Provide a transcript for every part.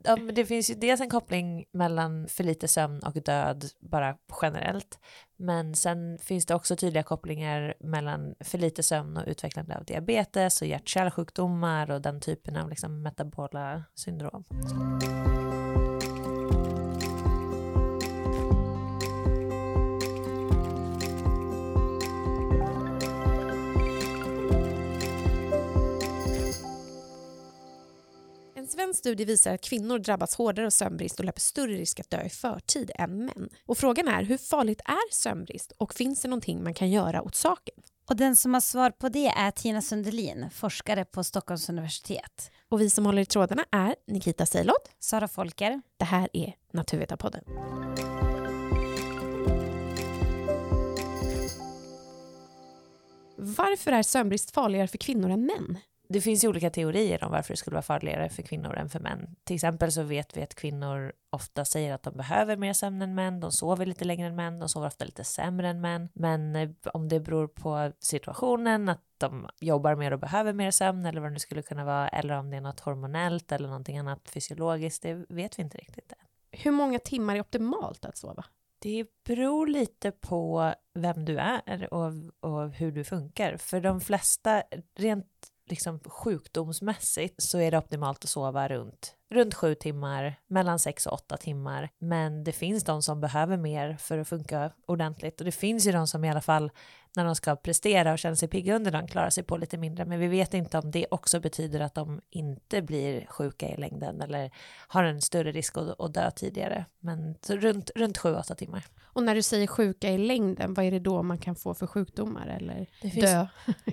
Ja, men det finns ju dels en koppling mellan för lite sömn och död bara generellt. Men sen finns det också tydliga kopplingar mellan för lite sömn och utvecklande av diabetes och hjärt-kärlsjukdomar och den typen av liksom metabola syndrom. En svensk studie visar att kvinnor drabbas hårdare av sömnbrist och löper större risk att dö i förtid än män. Och frågan är, hur farligt är sömnbrist och finns det någonting man kan göra åt saken? Och den som har svar på det är Tina Sundelin, forskare på Stockholms universitet. Och vi som håller i trådarna är Nikita Seilod, Sara Folker. Det här är Naturvetarpodden. Varför är sömnbrist farligare för kvinnor än män? Det finns ju olika teorier om varför det skulle vara farligare för kvinnor än för män. Till exempel så vet vi att kvinnor ofta säger att de behöver mer sömn än män. De sover lite längre än män. De sover ofta lite sämre än män. Men om det beror på situationen, att de jobbar mer och behöver mer sömn eller vad det nu skulle kunna vara, eller om det är något hormonellt eller någonting annat fysiologiskt, det vet vi inte riktigt än. Hur många timmar är optimalt att sova? Det beror lite på vem du är och hur du funkar. För de flesta, rent liksom sjukdomsmässigt, så är det optimalt att sova runt 7 timmar, mellan 6 och 8 timmar. Men det finns de som behöver mer för att funka ordentligt. Och det finns ju de som i alla fall, när de ska prestera och känna sig pigga under dagen, klarar sig på lite mindre. Men vi vet inte om det också betyder att de inte blir sjuka i längden eller har en större risk att dö tidigare. Men så runt 7-8 timmar. Och när du säger sjuka i längden, vad är det då man kan få för sjukdomar eller dö?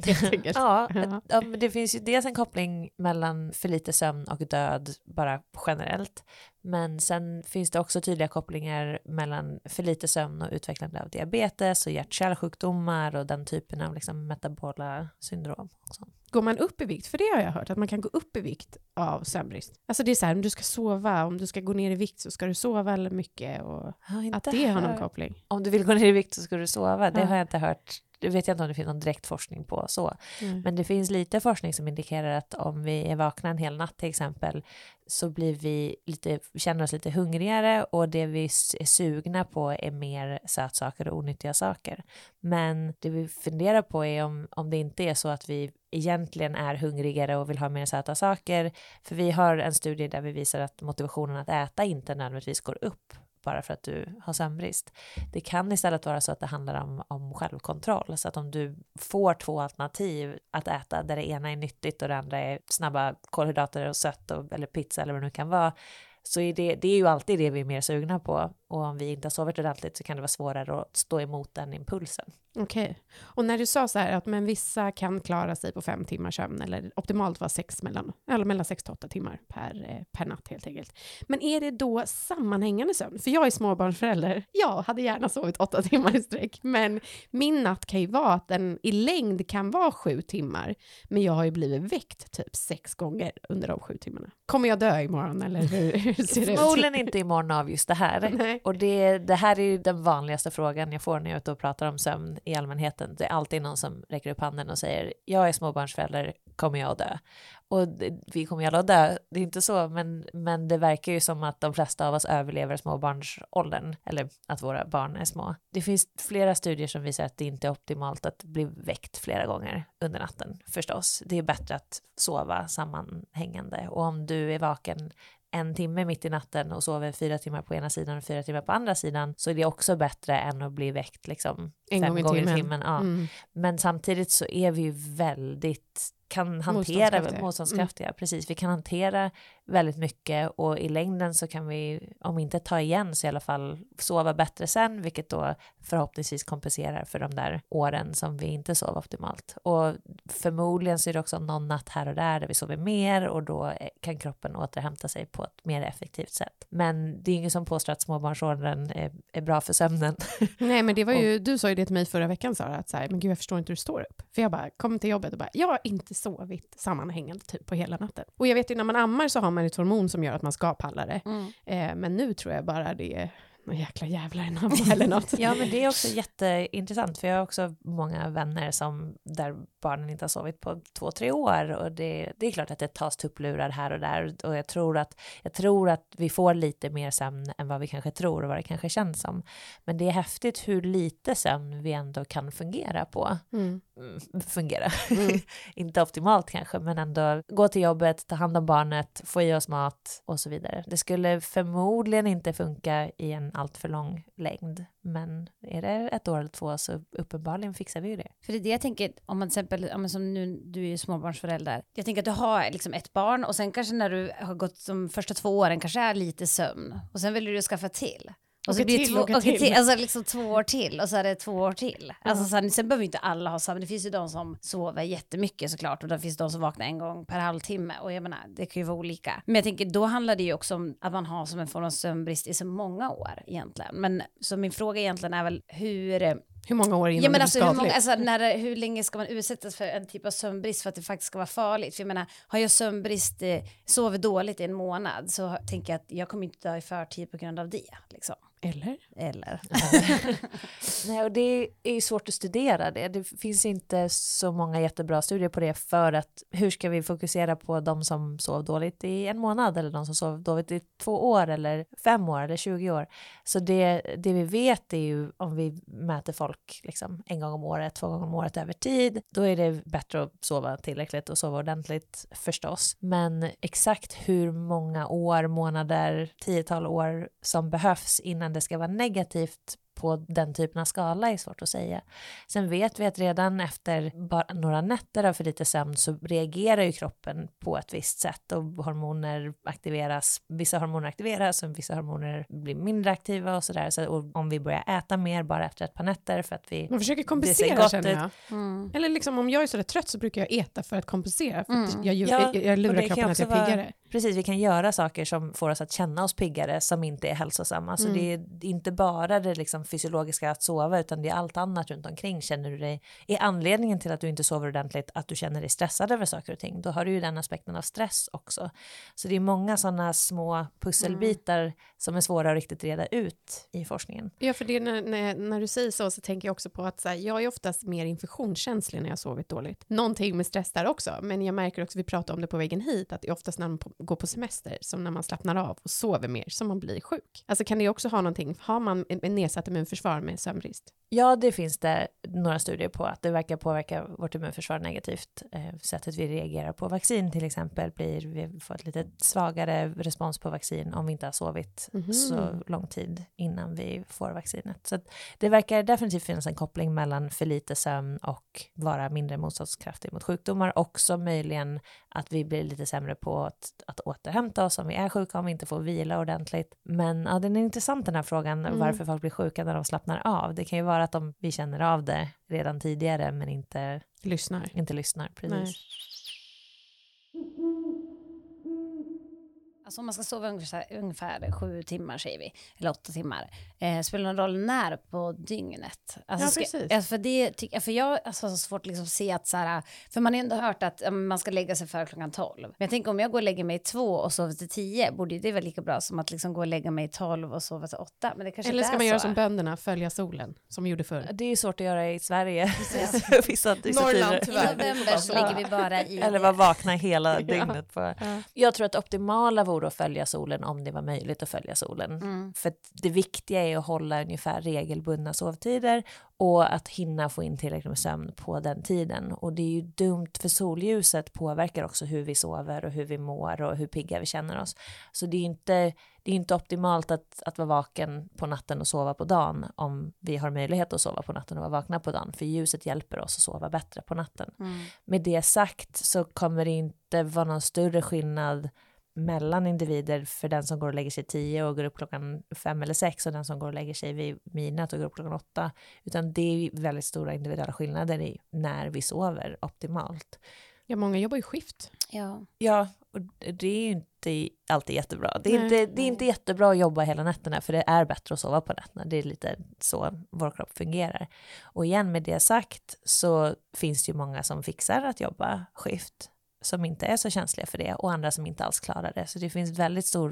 Ja, men det finns ju dels en koppling mellan för lite sömn och död bara generellt. Men sen finns det också tydliga kopplingar mellan för lite sömn och utvecklande av diabetes och hjärt-kärlsjukdomar och den typen av liksom metabola syndrom. Går man upp i vikt? För det har jag hört, att man kan gå upp i vikt av sömnbrist. Alltså det är så här, om du ska sova, om du ska gå ner i vikt så ska du sova väldigt mycket och att det har någon koppling. Om du vill gå ner i vikt så ska du sova, det har jag inte hört. Det vet jag inte om det finns någon direkt forskning på så. Men det finns lite forskning som indikerar att om vi är vakna en hel natt till exempel, så blir vi känner oss lite hungrigare och det vi är sugna på är mer sötsaker och onyttiga saker. Men det vi funderar på är om det inte är så att vi egentligen är hungrigare och vill ha mer söta saker. För vi har en studie där vi visar att motivationen att äta inte nödvändigtvis går upp bara för att du har sömnbrist. Det kan istället vara så att det handlar om självkontroll. Så att om du får 2 alternativ att äta där det ena är nyttigt och det andra är snabba kolhydrater och sött eller pizza eller vad det nu kan vara, så är det är ju alltid det vi är mer sugna på. Och om vi inte har sovit ordentligt så kan det vara svårare att stå emot den impulsen. Okej. Och när du sa så här att men vissa kan klara sig på 5 timmar sömn eller optimalt var mellan 6 till 8 timmar per natt helt enkelt. Men är det då sammanhängande sömn? För jag är småbarnsförälder. Jag hade gärna sovit 8 timmar i sträck. Men min natt kan ju vara att den i längd kan vara 7 timmar. Men jag har ju blivit väckt typ 6 gånger under de 7 timmarna. Kommer jag dö imorgon eller hur ser det ut? Förmodligen inte imorgon av just det här. Nej. Och det här är ju den vanligaste frågan jag får när jag är ute och pratar om sömn i allmänheten. Det är alltid någon som räcker upp handen och säger, jag är småbarnsförälder, kommer jag att dö? Och vi kommer ju alla att dö, det är inte så, men det verkar ju som att de flesta av oss överlever småbarnsåldern, eller att våra barn är små. Det finns flera studier som visar att det inte är optimalt att bli väckt flera gånger under natten, förstås. Det är bättre att sova sammanhängande, och om du är vaken 1 timme mitt i natten och sover 4 timmar på ena sidan och 4 timmar på andra sidan, så är det också bättre än att bli väckt liksom 5 gånger i timmen. Ja. Men samtidigt så är vi ju kan hantera motståndskraftiga. Precis, vi kan hantera väldigt mycket, och i längden så kan vi, om inte ta igen, så i alla fall sova bättre sen, vilket då förhoppningsvis kompenserar för de där åren som vi inte sov optimalt. Och förmodligen så är det också någon natt här och där vi sover mer, och då kan kroppen återhämta sig på ett mer effektivt sätt. Men det är ingen som påstår att småbarnsåren är bra för sömnen. Nej, men det var ju, du sa ju det till mig förra veckan, Sara, att så här, men gud, jag förstår inte hur du står upp. För jag bara kom till jobbet och bara, jag har inte sovit sammanhängande typ på hela natten. Och jag vet ju, när man ammar så har man ett hormon som gör att man ska palla det. Men nu tror jag bara det är Jäkla jävlar en hamna eller något. Ja, men det är också jätteintressant, för jag har också många vänner där barnen inte har sovit på 2-3 år, och det är klart att det tas tupplurar här och där, och jag tror att vi får lite mer sömn än vad vi kanske tror och vad det kanske känns som. Men det är häftigt hur lite sömn vi ändå kan fungera på. Inte optimalt kanske, men ändå gå till jobbet, ta hand om barnet, få i oss mat och så vidare. Det skulle förmodligen inte funka i en allt för lång längd, men är det 1 år eller 2 så uppenbarligen fixar vi ju det. För det är det jag tänker, om man till exempel, som nu, du är ju småbarnsförälder, jag tänker att du har liksom ett barn och sen kanske när du har gått de första 2 åren kanske är lite sömn och sen vill du skaffa till. Och så blir det till. Alltså liksom 2 år till och så är det 2 år till. Alltså sen behöver inte alla ha samma. Det finns ju de som sover jättemycket såklart, och det finns de som vaknar 1 gång per halvtimme, och jag menar, det kan ju vara olika. Men jag tänker, då handlar det ju också om att man har som en form av sömnbrist i så många år egentligen. Men så min fråga egentligen är väl hur många år innan det blir skadligt? Hur länge ska man utsättas för en typ av sömnbrist för att det faktiskt ska vara farligt? För jag menar, har jag sömnbrist, sover dåligt i 1 månad, så tänker jag att jag kommer inte dö i förtid på grund av det. Liksom. Eller? Nej, och det är svårt att studera det. Det finns inte så många jättebra studier på det, för att hur ska vi fokusera på de som sov dåligt i 1 månad, eller de som sov dåligt i 2 år eller 5 år eller 20 år. Så det vi vet är ju, om vi mäter folk liksom 1 gång om året, 2 gånger om året över tid, då är det bättre att sova tillräckligt och sova ordentligt förstås. Men exakt hur många år, månader, 10-tal år som behövs innan det ska vara negativt på den typen av skala är svårt att säga. Sen vet vi att redan efter bara några nätter av för lite sömn så reagerar ju kroppen på ett visst sätt, och hormoner aktiveras. Vissa hormoner aktiveras och vissa hormoner blir mindre aktiva och sådär. Så om vi börjar äta mer bara efter ett par nätter för att vi... Man försöker kompensera, känner jag. Eller liksom, om jag är så där trött så brukar jag äta för att kompensera. För att jag lurar kroppen att jag är piggare. Precis, vi kan göra saker som får oss att känna oss piggare som inte är hälsosamma. Så det är inte bara det liksom fysiologiska att sova, utan det är allt annat runt omkring. Känner du dig, är anledningen till att du inte sover ordentligt att du känner dig stressad över saker och ting, då har du ju den aspekten av stress också. Så det är många sådana små pusselbitar som är svåra att riktigt reda ut i forskningen. Ja, för det när du säger så tänker jag också på att så här, jag är oftast mer infektionskänslig när jag har sovit dåligt. Någonting med stress där också, men jag märker också, vi pratade om det på vägen hit, att det är oftast när man går på semester, som när man slappnar av och sover mer, som man blir sjuk. Alltså kan det också ha någonting, har man en nedsatt immunförsvar med sömnbrist? Ja, det finns det några studier på att det verkar påverka vårt immunförsvar negativt. Sättet vi reagerar på vaccin till exempel, vi får ett lite svagare respons på vaccin om vi inte har sovit så lång tid innan vi får vaccinet. Så att det verkar definitivt finnas en koppling mellan för lite sömn och vara mindre motståndskraftig mot sjukdomar. Också möjligen att vi blir lite sämre på att återhämta oss om vi är sjuka, om vi inte får vila ordentligt. Men ja, den är intressant, den här frågan, varför folk blir sjuka när de slappnar av. Det kan ju vara att vi känner av det redan tidigare men inte lyssnar. Precis. Alltså om man ska sova ungefär 7 timmar, säger vi, eller 8 timmar, spelar någon roll när på dygnet? Alltså, ja, precis. För jag har så svårt liksom att se att så här, för man har ändå hört att man ska lägga sig för 12:00. Men jag tänker, om jag går och lägger mig 2 och sover till 10, borde det väl lika bra som att liksom gå och lägga mig 12 och sova till 8. Men det kanske eller ska man så göra som bönderna, följa solen, som vi gjorde förr? Det är ju svårt att göra i Sverige. Norrland tyvärr. I november så ligger vi bara i... Eller vara vakna hela dygnet på. Ja. Jag tror att optimala vore att följa solen om det var möjligt att följa solen. För det viktiga är att hålla ungefär regelbundna sovtider och att hinna få in tillräckligt med sömn på den tiden. Och det är ju dumt, för solljuset påverkar också hur vi sover och hur vi mår och hur pigga vi känner oss. Så det är inte optimalt att vara vaken på natten och sova på dagen om vi har möjlighet att sova på natten och vara vakna på dagen. För ljuset hjälper oss att sova bättre på natten. Med det sagt så kommer det inte vara någon större skillnad mellan individer för den som går och lägger sig 10 och går upp klockan 5 eller 6 och den som går och lägger sig vid midnatt och går upp klockan 8. Utan det är väldigt stora individuella skillnader i när vi sover optimalt. Ja, många jobbar ju skift. Ja, och det är ju inte alltid jättebra. Det är inte jättebra att jobba hela nätterna, för det är bättre att sova på nätterna. Det är lite så vår kropp fungerar. Och igen, med det sagt så finns det ju många som fixar att jobba skift som inte är så känsliga för det, och andra som inte alls klarar det. Så det finns väldigt stor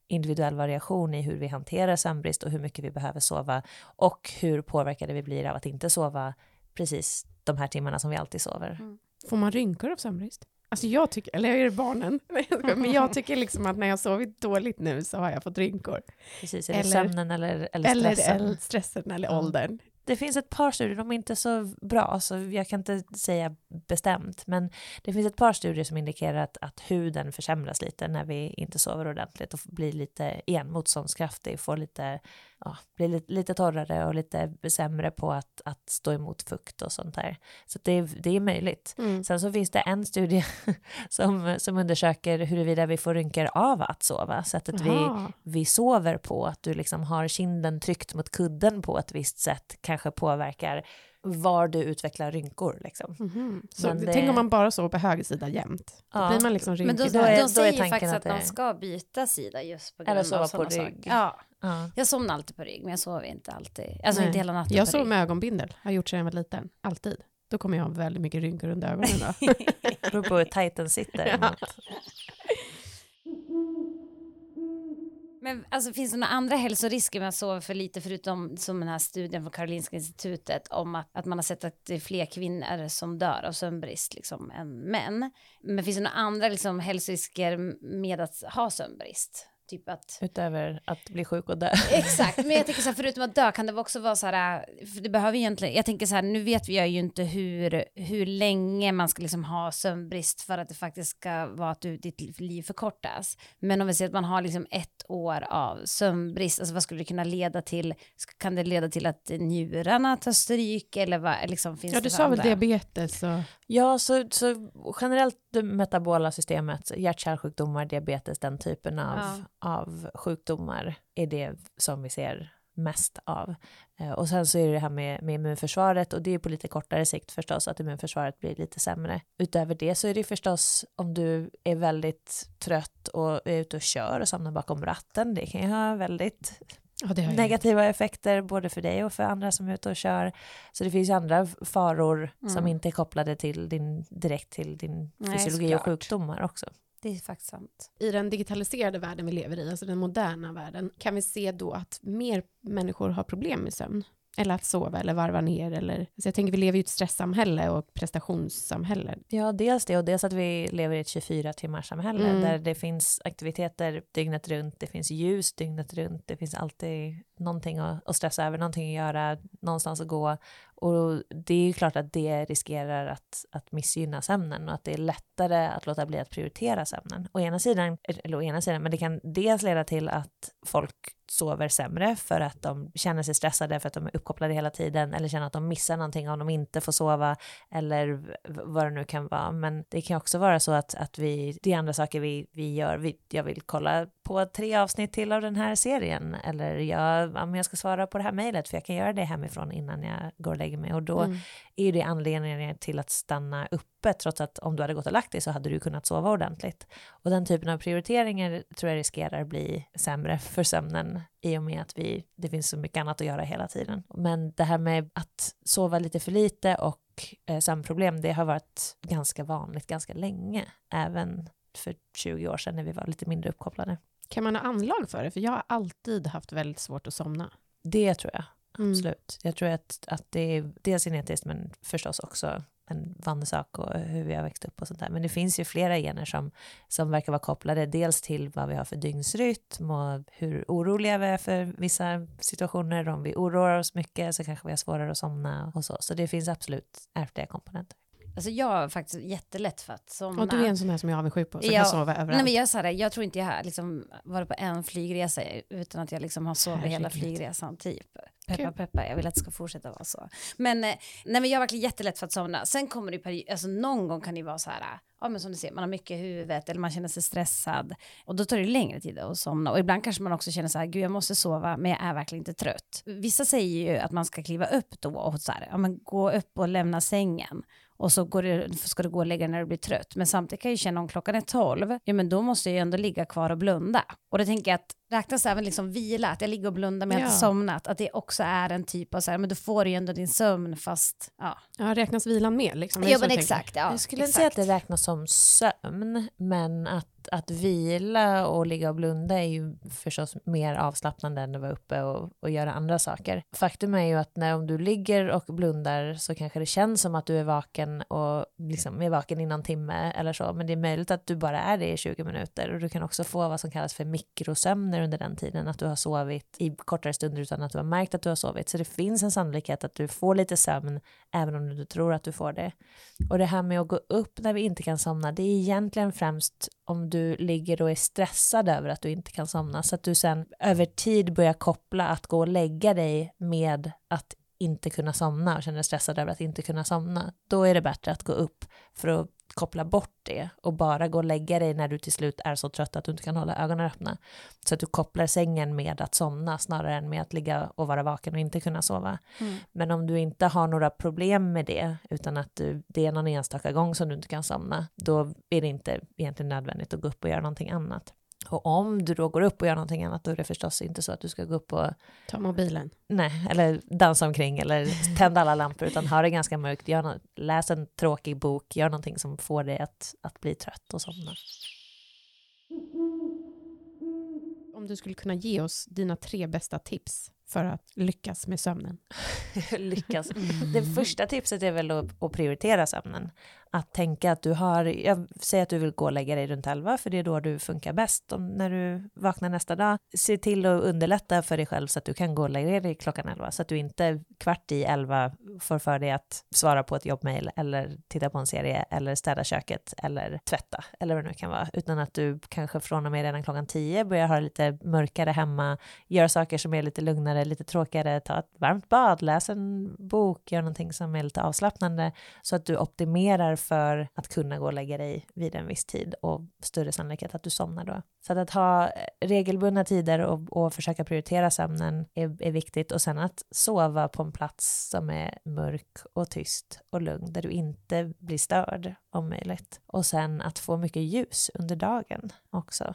individuell variation i hur vi hanterar sömnbrist och hur mycket vi behöver sova och hur påverkade vi blir av att inte sova precis de här timmarna som vi alltid sover. Får man rynkor av sömnbrist? Alltså jag tycker, eller är det barnen? Men jag tycker liksom att när jag sovit dåligt nu så har jag fått rynkor. Precis, är det sömnen eller stressen? Eller stressen eller åldern. Det finns ett par studier, de är inte så bra så jag kan inte säga bestämt, men det finns ett par studier som indikerar att huden försämras lite när vi inte sover ordentligt och blir lite motståndskraftig, får blir lite torrare och lite sämre på att stå emot fukt och sånt där. Så det är möjligt. Sen så finns det en studie som undersöker huruvida vi får rynkor av att sova. Sättet vi sover på, att du liksom har kinden tryckt mot kudden på ett visst sätt kanske påverkar var du utvecklar rynkor. Liksom. Så tänk om man bara sover på höger sida jämt. Då blir man liksom rynkig. Men de säger faktiskt att man ska byta sida just på grund av sova sådana på rygg. Ja. Jag somnar alltid på rygg, men jag sover inte alltid. Alltså inte hela natten. Jag sover med ögonbindel. Har gjort sedan jag var liten. Alltid. Då kommer jag ha väldigt mycket rynkor under ögonen. Det beror på hur tajt den sitter. Ja. Men alltså, finns det några andra hälsorisker med att sova för lite, förutom som den här studien från Karolinska institutet om att man har sett att det är fler kvinnor som dör av sömnbrist liksom, än män. Men finns det några andra liksom, hälsorisker med att ha sömnbrist? Typ att... Utöver att bli sjuk och dö. Exakt, men jag tänker så här, förutom att dö kan det också vara så här, för det behöver egentligen, jag tänker så här, nu vet vi ju inte hur länge man ska liksom ha sömnbrist för att det faktiskt ska vara att ditt liv förkortas. Men om vi säger att man har liksom 1 år av sömnbrist, alltså vad skulle det kunna leda till? Kan det leda till att njurarna tar stryk eller vad liksom finns det? Du sa väl diabetes och... Ja, så generellt det metabola systemet, hjärt-kärlsjukdomar, diabetes, den typen av sjukdomar är det som vi ser mest av. Och sen så är det här med immunförsvaret, och det är på lite kortare sikt förstås att immunförsvaret blir lite sämre. Utöver det så är det förstås om du är väldigt trött och är ute och kör och somnar bakom ratten, det kan ju ha väldigt... negativa effekter både för dig och för andra som är ute och kör. Så det finns ju andra faror som inte är kopplade till direkt till din fysiologi och sjukdomar också. Det är faktiskt sant. I den digitaliserade världen vi lever i, alltså den moderna världen, kan vi se då att mer människor har problem med sömn? Eller att sova eller varva ner. Så jag tänker vi lever i ett stresssamhälle och prestationssamhälle. Ja, dels det och dels att vi lever i ett 24-timmarssamhälle där det finns aktiviteter dygnet runt, det finns ljus dygnet runt, det finns alltid någonting att stressa över, någonting att göra, någonstans att gå. Och det är ju klart att det riskerar att missgynna sömnen och att det är lättare att låta bli att prioritera sömnen. Å ena sidan, men det kan dels leda till att folk sover sämre för att de känner sig stressade för att de är uppkopplade hela tiden eller känner att de missar någonting om de inte får sova eller vad det nu kan vara. Men det kan också vara så att det är andra saker vi gör. Jag vill kolla på 3 avsnitt till av den här serien eller jag ska svara på det här mejlet för jag kan göra det hemifrån innan jag går och lägger mig, och då är det anledningen till att stanna uppe, trots att om du hade gått och lagt dig så hade du kunnat sova ordentligt. Och den typen av prioriteringar tror jag riskerar bli sämre för sömnen i och med att det finns så mycket annat att göra hela tiden. Men det här med att sova lite för lite och sömnproblem, det har varit ganska vanligt ganska länge, även för 20 år sedan när vi var lite mindre uppkopplade. Kan man ha anlag för det? För jag har alltid haft väldigt svårt att somna. Det tror jag, absolut. Jag tror att det är dels genetiskt men förstås också en vanlig sak och hur vi har växt upp och sånt där. Men det finns ju flera gener som verkar vara kopplade dels till vad vi har för dygnsrytm och hur oroliga vi är för vissa situationer. Om vi oroar oss mycket så kanske vi har svårare att somna och så. Så det finns absolut ärftliga komponenter. Alltså jag har faktiskt jättelätt för att somna. Och du är en sån här som jag har med sjuk på, så kan sova överallt. Nej, men jag tror inte jag har liksom varit på en flygresa utan att jag liksom har sovit hela flygresan typ. Peppa, jag vill att det ska fortsätta vara så. Men jag har verkligen jättelätt för att somna. Sen kommer det alltså någon gång kan det vara så här, ja men som du ser, man har mycket i huvudet eller man känner sig stressad och då tar det längre tid att somna. Och ibland kanske man också känner så här, gud jag måste sova men jag är verkligen inte trött. Vissa säger ju att man ska kliva upp då och så här, ja men gå upp och lämna sängen. Och så ska du gå och lägga när du blir trött. Men samtidigt kan jag ju känna om klockan är 12, ja men då måste jag ju ändå ligga kvar och blunda. Och då tänker jag att räknas även liksom vila, att jag ligger och blundar med att jag somnat, att det också är en typ av så här, men då får du ju ändå din sömn fast, Ja, räknas vilan med liksom? Ja, men exakt. Ja, jag skulle inte säga att det räknas som sömn, men att vila och ligga och blunda är ju förstås mer avslappnande än att vara uppe och göra andra saker. Faktum är ju att om du ligger och blundar så kanske det känns som att du är vaken och liksom är vaken i någon timme eller så, men det är möjligt att du bara är det i 20 minuter och du kan också få vad som kallas för mikrosömner under den tiden, att du har sovit i kortare stunder utan att du har märkt att du har sovit. Så det finns en sannolikhet att du får lite sömn även om du tror att du får det. Och det här med att gå upp när vi inte kan somna, det är egentligen främst om du ligger och är stressad över att du inte kan somna, så att du sen över tid börjar koppla att gå och lägga dig med att inte kunna somna och känner dig stressad över att inte kunna somna. Då är det bättre att gå upp för att koppla bort det och bara gå och lägga dig när du till slut är så trött att du inte kan hålla ögonen öppna. Så att du kopplar sängen med att somna snarare än med att ligga och vara vaken och inte kunna sova. Men om du inte har några problem med det, utan att det är någon enstaka gång som du inte kan somna, då är det inte egentligen nödvändigt att gå upp och göra någonting annat. Och om du då går upp och gör någonting annat, då är det förstås inte så att du ska gå upp och ta mobilen. Nej, eller dansa omkring eller tända alla lampor, utan ha det ganska mörkt. Läs en tråkig bok, gör någonting som får dig att bli trött och somna. Om du skulle kunna ge oss dina 3 bästa tips för att lyckas med sömnen. Lyckas. Det första tipset är väl att prioritera sömnen. Att tänka att jag säger att du vill gå och lägga dig runt 11, för det är då du funkar bäst. När du vaknar nästa dag, se till att underlätta för dig själv så att du kan gå och lägga dig klockan 11. Så att du inte 11:15 får för dig att svara på ett jobbmail eller titta på en serie eller städa köket eller tvätta eller vad det nu kan vara. Utan att du kanske från och med redan klockan 10 börjar ha lite mörkare hemma, gör saker som är lite lugnare, lite tråkigare, ta ett varmt bad, läs en bok, gör någonting som är lite avslappnande, så att du optimerar för att kunna gå och lägga dig vid en viss tid och större sannolikhet att du somnar då. Så att ha regelbundna tider och försöka prioritera sömnen är viktigt, och sen att sova på en plats som är mörk och tyst och lugn där du inte blir störd om möjligt. Och sen att få mycket ljus under dagen också.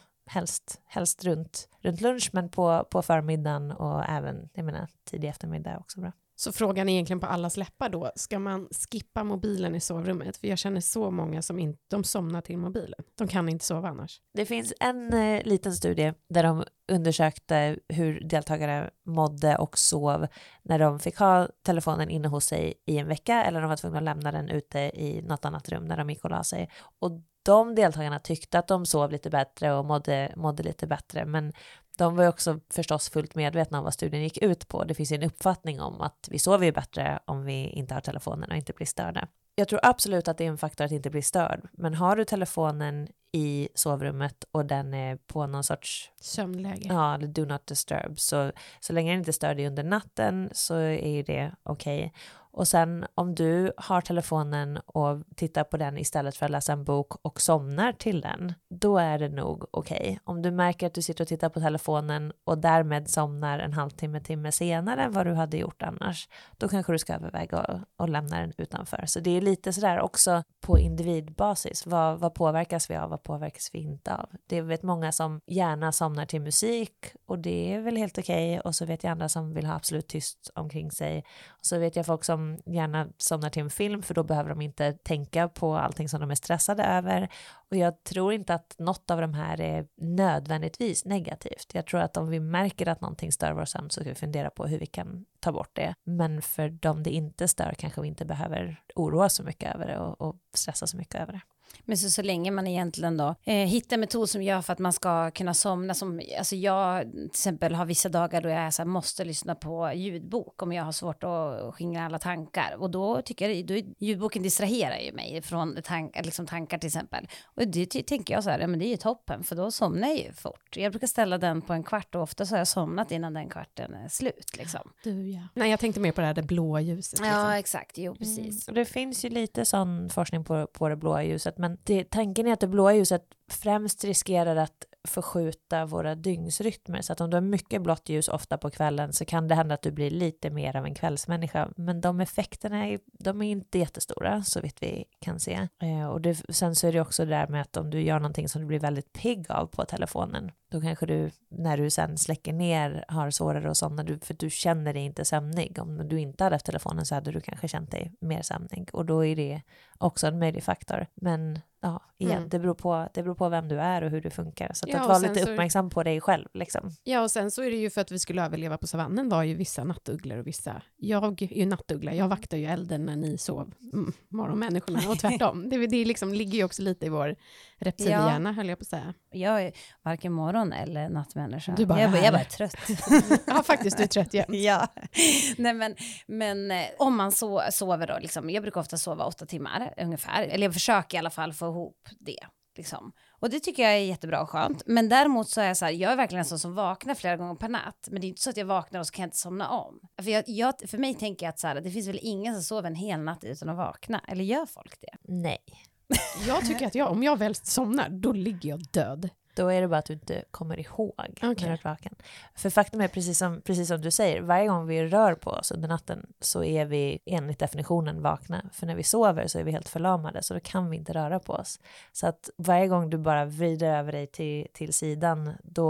Helst runt lunch, men på förmiddagen och även tidig eftermiddag är också bra. Så frågan är egentligen på allas läppar då. Ska man skippa mobilen i sovrummet? För jag känner så många som de somnar till mobilen. De kan inte sova annars. Det finns en liten studie där de undersökte hur deltagare mådde och sov när de fick ha telefonen inne hos sig i en vecka, eller de var tvungna att lämna den ute i något annat rum när de gick och la sig. Och de deltagarna tyckte att de sov lite bättre och mådde lite bättre, men de var också förstås fullt medvetna om vad studien gick ut på. Det finns en uppfattning om att vi sover ju bättre om vi inte har telefonen och inte blir störda. Jag tror absolut att det är en faktor att inte bli störd, men har du telefonen i sovrummet och den är på någon sorts sömnläge, eller do not disturb, så länge den inte stör dig under natten så är det okej. Och sen om du har telefonen och tittar på den istället för att läsa en bok och somnar till den, då är det nog okej. Om du märker att du sitter och tittar på telefonen och därmed somnar en timme senare än vad du hade gjort annars, då kanske du ska överväga och lämna den utanför. Så det är lite sådär också på individbasis. Vad påverkas vi av? Vad påverkas vi inte av? Det vet många som gärna somnar till musik, och det är väl helt okej. Och så vet jag andra som vill ha absolut tyst omkring sig. Och så vet jag folk som gärna somnar till en film, för då behöver de inte tänka på allting som de är stressade över. Och jag tror inte att något av de här är nödvändigtvis negativt. Jag tror att om vi märker att någonting stör vår sömn, så ska vi fundera på hur vi kan ta bort det. Men för dem det inte stör kanske vi inte behöver oroa så mycket över det och stressa så mycket över det. Men så länge man egentligen då hittar en metod som gör för att man ska kunna somna, alltså jag till exempel har vissa dagar då jag måste lyssna på ljudbok om jag har svårt att skingra alla tankar, och då tycker jag ljudboken distraherar ju mig från tankar till exempel, och det tänker jag så här, men det är ju toppen, för då somnar jag ju fort. Jag brukar ställa den på en kvart, och ofta så har jag somnat innan den kvarten är slut liksom. Nej, jag tänkte mer på det blåa ljuset liksom. Ja, exakt, jo precis. Och det finns ju lite sån forskning på det blåa ljuset, men tanken är att det blåa ljuset främst riskerar att förskjuta våra dygnsrytmer, så att om du har mycket blått ljus ofta på kvällen, så kan det hända att du blir lite mer av en kvällsmänniska, men de effekterna de är inte jättestora så vitt vi kan se. Och sen så är det också det där med att om du gör någonting som du blir väldigt pigg av på telefonen, Då kanske du, när du sen släcker ner, har svårare att somna, för du känner dig inte sömnig. Om du inte hade haft telefonen så hade du kanske känt dig mer sömnig. Och då är det också en möjlig faktor. Men ja, igen, det beror på vem du är och hur du funkar. Så att vara lite uppmärksam på dig själv. Liksom. Ja, och sen så är det ju för att vi skulle överleva på savannen var ju vissa nattugglor och vissa... Jag är ju nattuggla, jag vaktar ju elden när ni sov, morgonmänniskorna, och tvärtom. Det liksom ligger ju också lite i vår reptilhjärna, höll jag på att säga. Jag är varken morgon- eller nattmänniska. Jag bara är trött. Ja, faktiskt, du är trött igen. Ja. Nej, men om man sover då, liksom, jag brukar ofta sova 8 timmar ungefär. Eller jag försöker i alla fall få ihop det. Liksom. Och det tycker jag är jättebra och skönt. Men däremot så är jag så här, jag är verkligen en sån som vaknar flera gånger per natt. Men det är inte så att jag vaknar och så kan jag inte somna om. För mig tänker jag att så här, det finns väl ingen som sover en hel natt utan att vakna. Eller gör folk det? Nej. Jag tycker att om jag väl somnar, då ligger jag död. Då är det bara att du inte kommer ihåg när du är vaken. För faktum är precis som du säger, varje gång vi rör på oss under natten så är vi enligt definitionen vakna. För när vi sover så är vi helt förlamade, så då kan vi inte röra på oss. Så att varje gång du bara vrider över dig till sidan,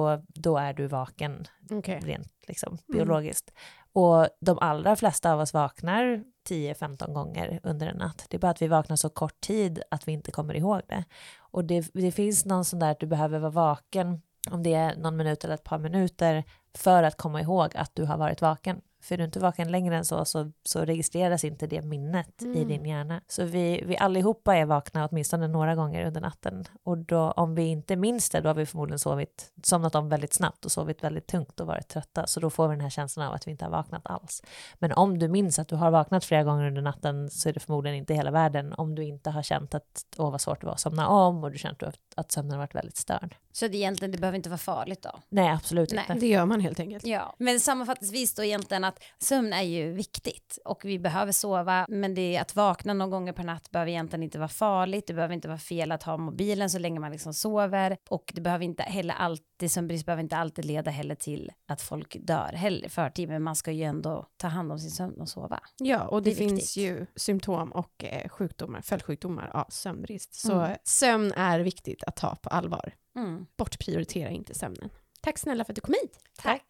då är du vaken rent liksom, biologiskt. Och de allra flesta av oss vaknar 10-15 gånger under en natt. Det är bara att vi vaknar så kort tid att vi inte kommer ihåg det. Och det finns någon sån där att du behöver vara vaken, om det är någon minut eller ett par minuter, för att komma ihåg att du har varit vaken. För är du inte vaken längre än så registreras inte det minnet i din hjärna. Så vi allihopa är vakna åtminstone några gånger under natten. Och då, om vi inte minns det, då har vi förmodligen somnat om väldigt snabbt och sovit väldigt tungt och varit trötta. Så då får vi den här känslan av att vi inte har vaknat alls. Men om du minns att du har vaknat flera gånger under natten, så är det förmodligen inte hela världen. Om du inte har känt att vad svårt det var att somna om, och du känt att sömnen har varit väldigt störd. Så det behöver inte vara farligt då? Nej, absolut inte. Det gör man helt enkelt. Ja, men sammanfattningsvis då egentligen att sömn är ju viktigt och vi behöver sova, men det är att vakna någon gånger per natt behöver egentligen inte vara farligt. Det behöver inte vara fel att ha mobilen så länge man liksom sover, och det behöver inte heller alltid, sömnbrist behöver inte alltid leda heller till att folk dör heller förtid, men man ska ju ändå ta hand om sin sömn och sova. Ja, och det finns ju symptom och följdsjukdomar av sömnbrist. Så sömn är viktigt att ta på allvar. Bortprioritera inte sömnen. Tack snälla för att du kom hit. Tack.